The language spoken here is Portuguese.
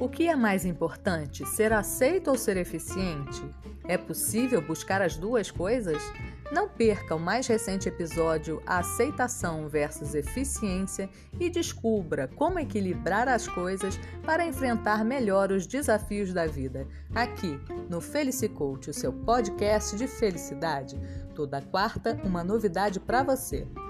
O que é mais importante, ser aceito ou ser eficiente? É possível buscar as duas coisas? Não perca o mais recente episódio Aceitação versus Eficiência e descubra como equilibrar as coisas para enfrentar melhor os desafios da vida. Aqui no Felici-Coach, o seu podcast de felicidade. Toda quarta, uma novidade para você.